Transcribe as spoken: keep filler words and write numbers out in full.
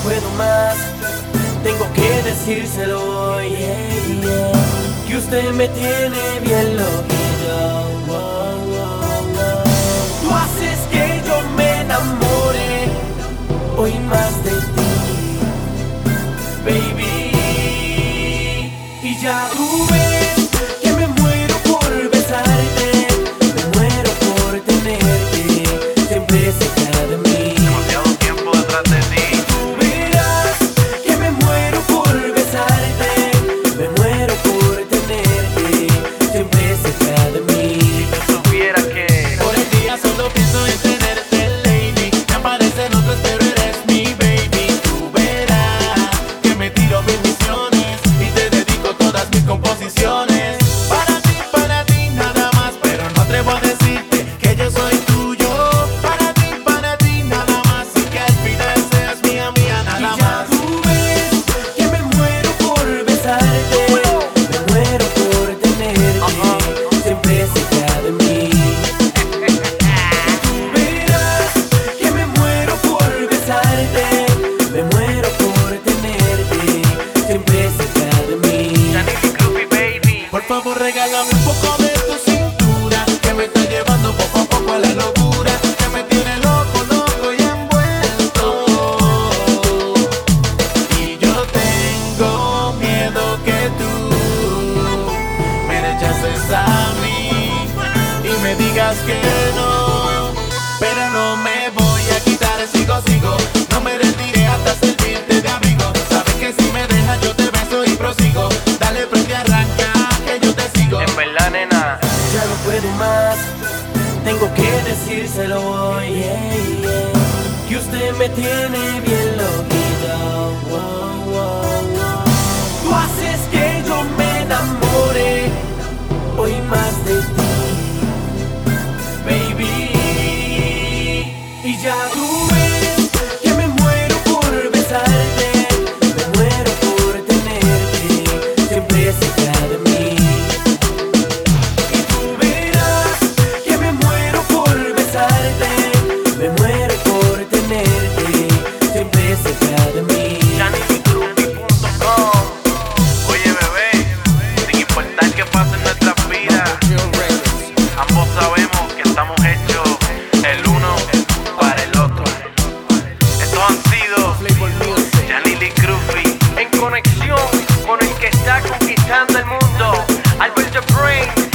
puedo más, tengo que decírselo hoy, yeah, yeah. Que usted me tiene bien loquito, wow, wow, wow. Tú haces que yo me enamore hoy más de ti, baby. Y ya tú ves que me muero por besarte, me muero por tenerte siempre cerca de mí. Demasiado tiempo detrás de ti. Tú verás que me muero por besarte, me muero por tenerte siempre cerca de mí. Si tú supieras que por el día solo pienso en tenerte, lady. Me aparecen otros pero eres mi baby. Tú verás que me tiro mil misiones y te dedico todas mis composiciones. Para ti, para ti, nada más, pero no atrevo a decirte que yo soy tuyo. Para ti, para ti, nada más, y que al final seas mía, mía, nada Y ya más. tú ves que me muero por besarte, me muero por tenerte siempre cerca de mí. Tú verás que me muero por besarte, me muero por tenerte siempre cerca de mí. Janely Groovy, baby. Por favor, regálame un poco de tu cintura, que me está llevando poco a poco a la locura, que me tiene loco, loco y envuelto. Y yo tengo miedo que tú me rechaces a mí y me digas que no, pero no me voy a quitar, sigo, sigo, no me retiré hasta servirte de abrigo. Sabes que si me dejas yo te beso y prosigo. Dale, prende, arranca, que yo te sigo. En verdad, nena, Ya no puedo más, tengo que decírselo hoy, yeah, yeah. Que usted me tiene bien loquita, wow, wow, wow. Tú haces que yo me enamore hoy más de ti, baby. Y ya tú ves que me muero por besarte, me muero por tenerte siempre cerca de mí. Y tú verás que me muero por besarte, me muero por tenerte siempre cerca de mí. janely groovy punto com. Oye, bebé, sin importar qué pase en nuestras vidas, ambos sabemos que estamos hechos el uno para el otro. Estos han sido Janely Groovy en conexión con el que está conquistando el mundo, Albert the Brain.